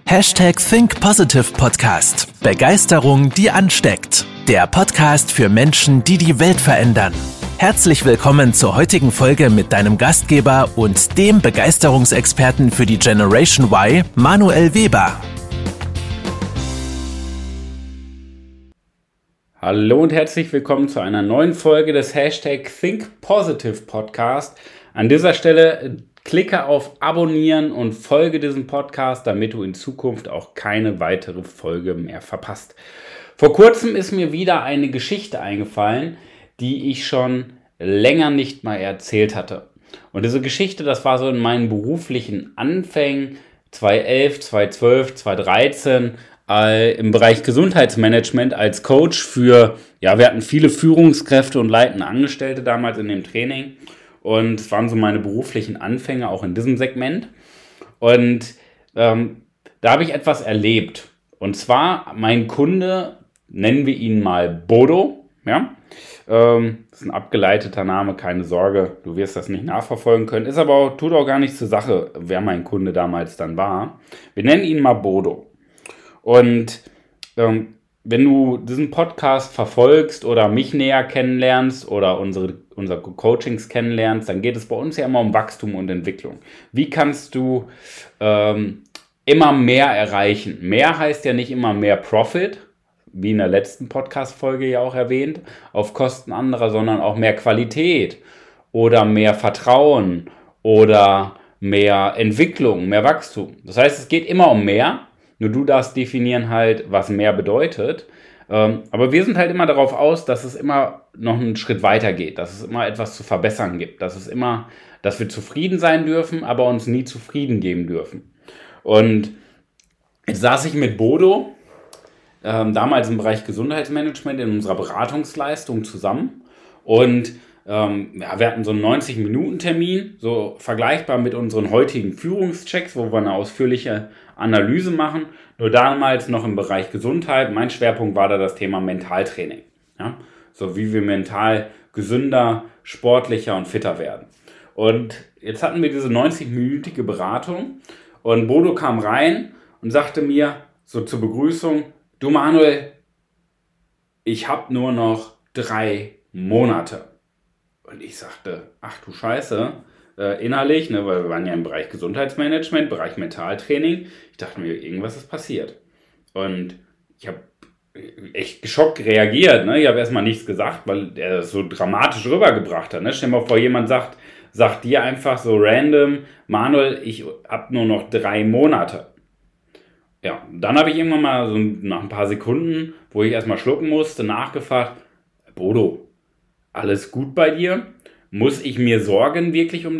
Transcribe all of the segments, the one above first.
Think Positive Podcast. Begeisterung, die ansteckt. Der Podcast für Menschen, die die Welt verändern. Herzlich willkommen zur heutigen Folge mit deinem Gastgeber und dem Begeisterungsexperten für die Generation Y, Manuel Weber. Hallo und herzlich willkommen zu einer neuen Folge des Think Positive Podcast. An dieser Stelle klicke auf Abonnieren und folge diesem Podcast, damit du in Zukunft auch keine weitere Folge mehr verpasst. Vor kurzem ist mir wieder eine Geschichte eingefallen, die ich schon länger nicht mal erzählt hatte. Und diese Geschichte, das war so in meinen beruflichen Anfängen 2011, 2012, 2013 im Bereich Gesundheitsmanagement als Coach für, wir hatten viele Führungskräfte und leitende Angestellte damals in dem Training. Und es waren so meine beruflichen Anfänge auch in diesem Segment. Und da habe ich etwas erlebt. Und zwar mein Kunde, nennen wir ihn mal Bodo. Ja? Das ist ein abgeleiteter Name, keine Sorge, du wirst das nicht nachverfolgen können. Tut auch gar nichts zur Sache, wer mein Kunde damals dann war. Wir nennen ihn mal Bodo. Und wenn du diesen Podcast verfolgst oder mich näher kennenlernst oder unsere Coachings kennenlernst, dann geht es bei uns ja immer um Wachstum und Entwicklung. Wie kannst du immer mehr erreichen? Mehr heißt ja nicht immer mehr Profit, wie in der letzten Podcast-Folge ja auch erwähnt, auf Kosten anderer, sondern auch mehr Qualität oder mehr Vertrauen oder mehr Entwicklung, mehr Wachstum. Das heißt, es geht immer um mehr. Nur du darfst definieren halt, was mehr bedeutet. Aber wir sind halt immer darauf aus, dass es immer noch einen Schritt weiter geht, dass es immer etwas zu verbessern gibt, dass wir zufrieden sein dürfen, aber uns nie zufrieden geben dürfen. Und jetzt saß ich mit Bodo, damals im Bereich Gesundheitsmanagement in unserer Beratungsleistung zusammen und wir hatten so einen 90-Minuten-Termin, so vergleichbar mit unseren heutigen Führungschecks, wo wir eine ausführliche Analyse machen. Nur damals noch im Bereich Gesundheit. Mein Schwerpunkt war da das Thema Mentaltraining. Ja? So wie wir mental gesünder, sportlicher und fitter werden. Und jetzt hatten wir diese 90-minütige Beratung und Bodo kam rein und sagte mir so zur Begrüßung: Du Manuel, ich habe nur noch 3 Monate. Und ich sagte, ach du Scheiße, innerlich, weil wir waren ja im Bereich Gesundheitsmanagement, Bereich Mentaltraining. Ich dachte mir, irgendwas ist passiert. Und ich habe echt geschockt reagiert. Ich habe erstmal nichts gesagt, weil er das so dramatisch rübergebracht hat. Stell dir mal vor, jemand sagt dir einfach so random, Manuel, ich habe nur noch 3 Monate. Ja, dann habe ich irgendwann mal so nach ein paar Sekunden, wo ich erstmal schlucken musste, nachgefragt, Bodo, alles gut bei dir? Muss ich mir Sorgen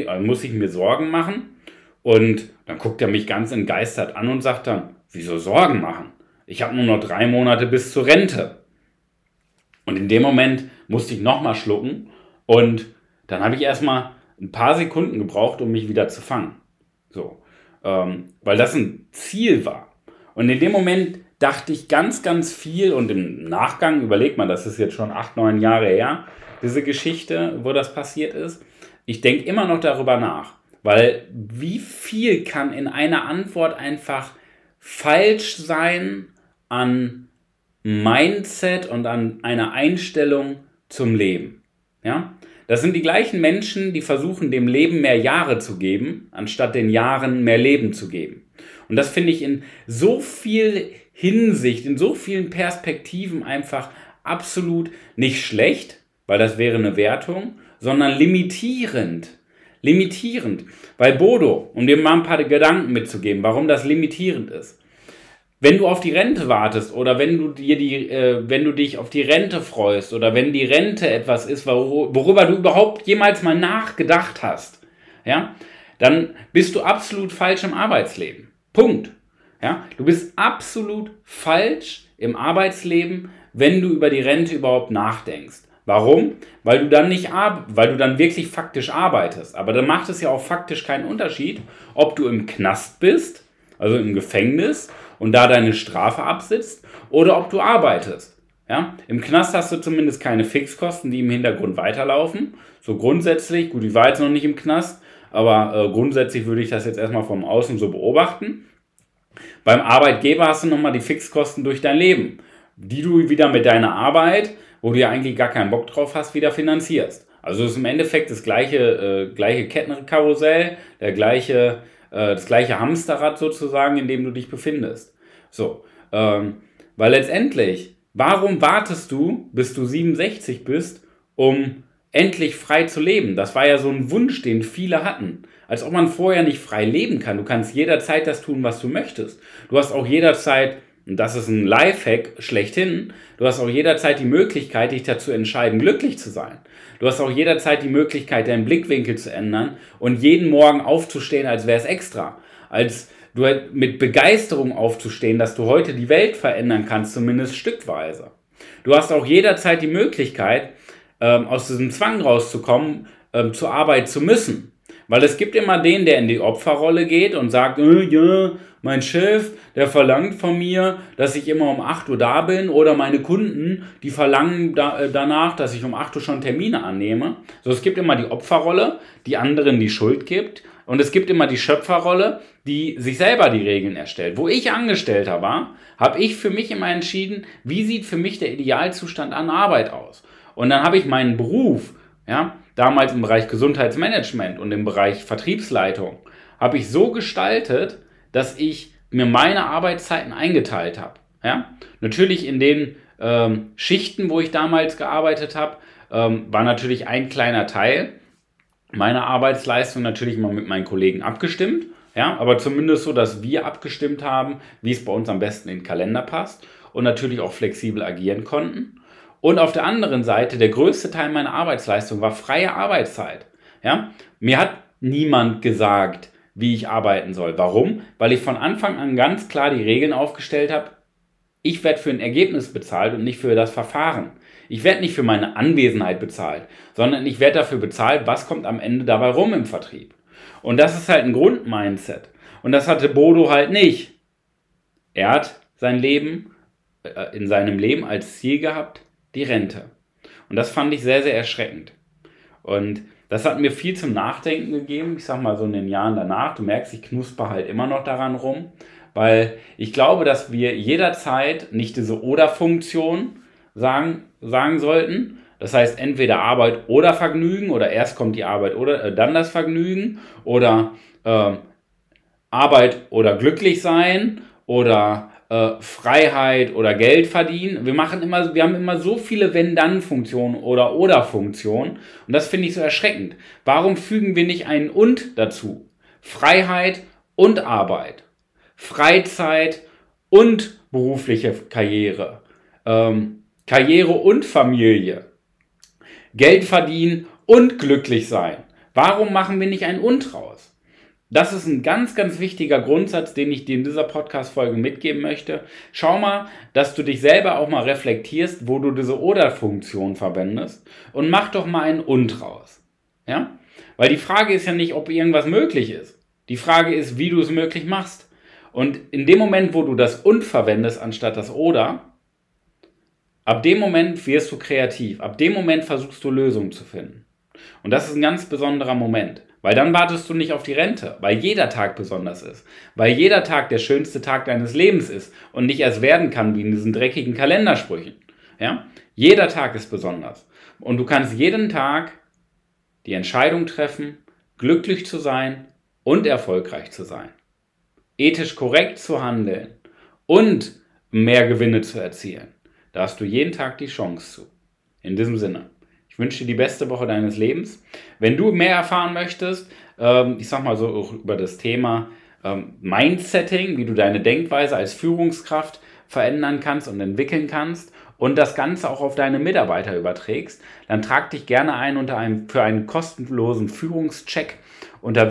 machen? Und dann guckt er mich ganz entgeistert an und sagt dann, wieso Sorgen machen? Ich habe nur noch 3 Monate bis zur Rente. Und in dem Moment musste ich nochmal schlucken und dann habe ich erstmal ein paar Sekunden gebraucht, um mich wieder zu fangen. So, weil das ein Ziel war. Und in dem Moment dachte ich ganz, ganz viel und im Nachgang, überlegt man, das ist jetzt schon 8, 9 Jahre her, diese Geschichte, wo das passiert ist. Ich denke immer noch darüber nach, weil wie viel kann in einer Antwort einfach falsch sein an Mindset und an einer Einstellung zum Leben. Ja? Das sind die gleichen Menschen, die versuchen, dem Leben mehr Jahre zu geben, anstatt den Jahren mehr Leben zu geben. Und das finde ich in so viel Hinsicht, in so vielen Perspektiven einfach absolut nicht schlecht, weil das wäre eine Wertung, sondern limitierend. Limitierend. Weil Bodo, um dir mal ein paar Gedanken mitzugeben, warum das limitierend ist. Wenn du auf die Rente wartest oder wenn du dich auf die Rente freust oder wenn die Rente etwas ist, worüber du überhaupt jemals mal nachgedacht hast, ja, dann bist du absolut falsch im Arbeitsleben. Punkt. Ja, du bist absolut falsch im Arbeitsleben, wenn du über die Rente überhaupt nachdenkst. Warum? Weil du dann wirklich faktisch arbeitest. Aber dann macht es ja auch faktisch keinen Unterschied, ob du im Knast bist, also im Gefängnis und da deine Strafe absitzt, oder ob du arbeitest. Ja? Im Knast hast du zumindest keine Fixkosten, die im Hintergrund weiterlaufen. So grundsätzlich, gut, ich war jetzt noch nicht im Knast, aber grundsätzlich würde ich das jetzt erstmal vom Außen so beobachten. Beim Arbeitgeber hast du nochmal die Fixkosten durch dein Leben, die du wieder mit deiner Arbeit, wo du ja eigentlich gar keinen Bock drauf hast, wieder finanzierst. Also es ist im Endeffekt das gleiche Kettenkarussell, das gleiche Hamsterrad sozusagen, in dem du dich befindest. So, weil letztendlich, warum wartest du, bis du 67 bist, um endlich frei zu leben? Das war ja so ein Wunsch, den viele hatten. Als ob man vorher nicht frei leben kann. Du kannst jederzeit das tun, was du möchtest. Du hast auch jederzeit, und das ist ein Lifehack schlechthin, du hast auch jederzeit die Möglichkeit, dich dazu entscheiden, glücklich zu sein. Du hast auch jederzeit die Möglichkeit, deinen Blickwinkel zu ändern und jeden Morgen aufzustehen, als wäre es extra. Als du mit Begeisterung aufzustehen, dass du heute die Welt verändern kannst, zumindest stückweise. Du hast auch jederzeit die Möglichkeit, aus diesem Zwang rauszukommen, zur Arbeit zu müssen. Weil es gibt immer den, der in die Opferrolle geht und sagt, ja, mein Chef, der verlangt von mir, dass ich immer um 8 Uhr da bin, oder meine Kunden, die verlangen danach, dass ich um 8 Uhr schon Termine annehme. So, es gibt immer die Opferrolle, die anderen die Schuld gibt, und es gibt immer die Schöpferrolle, die sich selber die Regeln erstellt. Wo ich Angestellter war, habe ich für mich immer entschieden, wie sieht für mich der Idealzustand an Arbeit aus. Und dann habe ich meinen Beruf, damals im Bereich Gesundheitsmanagement und im Bereich Vertriebsleitung, habe ich so gestaltet, dass ich mir meine Arbeitszeiten eingeteilt habe. Natürlich in den Schichten, wo ich damals gearbeitet habe, war natürlich ein kleiner Teil meiner Arbeitsleistung natürlich mal mit meinen Kollegen abgestimmt. Aber zumindest so, dass wir abgestimmt haben, wie es bei uns am besten in den Kalender passt und natürlich auch flexibel agieren konnten. Und auf der anderen Seite, der größte Teil meiner Arbeitsleistung war freie Arbeitszeit. Mir hat niemand gesagt, wie ich arbeiten soll. Warum? Weil ich von Anfang an ganz klar die Regeln aufgestellt habe. Ich werde für ein Ergebnis bezahlt und nicht für das Verfahren. Ich werde nicht für meine Anwesenheit bezahlt, sondern ich werde dafür bezahlt, was kommt am Ende dabei rum im Vertrieb. Und das ist halt ein Grundmindset. Und das hatte Bodo halt nicht. Er hat in seinem Leben als Ziel gehabt, die Rente. Und das fand ich sehr, sehr erschreckend. Und das hat mir viel zum Nachdenken gegeben, ich sag mal so in den Jahren danach. Du merkst, ich knusper halt immer noch daran rum, weil ich glaube, dass wir jederzeit nicht diese Oder-Funktion sagen sollten. Das heißt, entweder Arbeit oder Vergnügen, oder erst kommt die Arbeit oder dann das Vergnügen, oder Arbeit oder glücklich sein, oder Freiheit oder Geld verdienen. Wir haben immer so viele Wenn-Dann-Funktionen oder Funktionen, und das finde ich so erschreckend. Warum fügen wir nicht einen Und dazu? Freiheit und Arbeit, Freizeit und berufliche Karriere, Karriere und Familie, Geld verdienen und glücklich sein. Warum machen wir nicht ein Und raus? Das ist ein ganz, ganz wichtiger Grundsatz, den ich dir in dieser Podcast-Folge mitgeben möchte. Schau mal, dass du dich selber auch mal reflektierst, wo du diese Oder-Funktion verwendest, und mach doch mal ein Und raus. Weil die Frage ist ja nicht, ob irgendwas möglich ist. Die Frage ist, wie du es möglich machst. Und in dem Moment, wo du das Und verwendest anstatt das Oder, ab dem Moment wirst du kreativ. Ab dem Moment versuchst du Lösungen zu finden. Und das ist ein ganz besonderer Moment. Weil dann wartest du nicht auf die Rente, weil jeder Tag besonders ist, weil jeder Tag der schönste Tag deines Lebens ist und nicht erst werden kann wie in diesen dreckigen Kalendersprüchen. Jeder Tag ist besonders, und du kannst jeden Tag die Entscheidung treffen, glücklich zu sein und erfolgreich zu sein, ethisch korrekt zu handeln und mehr Gewinne zu erzielen. Da hast du jeden Tag die Chance zu. In diesem Sinne. Ich wünsche dir die beste Woche deines Lebens. Wenn du mehr erfahren möchtest, ich sag mal so auch über das Thema Mindsetting, wie du deine Denkweise als Führungskraft verändern kannst und entwickeln kannst und das Ganze auch auf deine Mitarbeiter überträgst, dann trag dich gerne ein für einen kostenlosen Führungscheck unter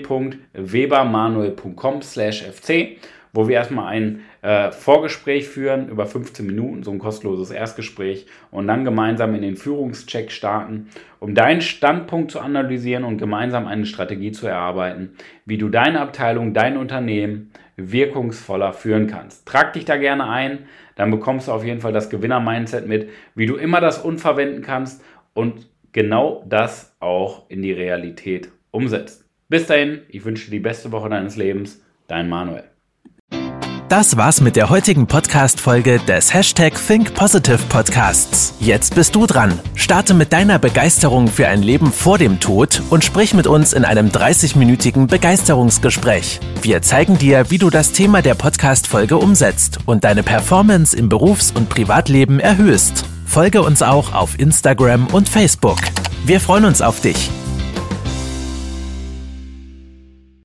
www.webermanuel.com/fc, wo wir erstmal ein Vorgespräch führen über 15 Minuten, so ein kostenloses Erstgespräch, und dann gemeinsam in den Führungscheck starten, um deinen Standpunkt zu analysieren und gemeinsam eine Strategie zu erarbeiten, wie du deine Abteilung, dein Unternehmen wirkungsvoller führen kannst. Trag dich da gerne ein, dann bekommst du auf jeden Fall das Gewinner-Mindset mit, wie du immer das Und verwenden kannst und genau das auch in die Realität umsetzt. Bis dahin, ich wünsche dir die beste Woche deines Lebens, dein Manuel. Das war's mit der heutigen Podcast-Folge des Think Positive Podcasts. Jetzt bist du dran. Starte mit deiner Begeisterung für ein Leben vor dem Tod und sprich mit uns in einem 30-minütigen Begeisterungsgespräch. Wir zeigen dir, wie du das Thema der Podcast-Folge umsetzt und deine Performance im Berufs- und Privatleben erhöhst. Folge uns auch auf Instagram und Facebook. Wir freuen uns auf dich.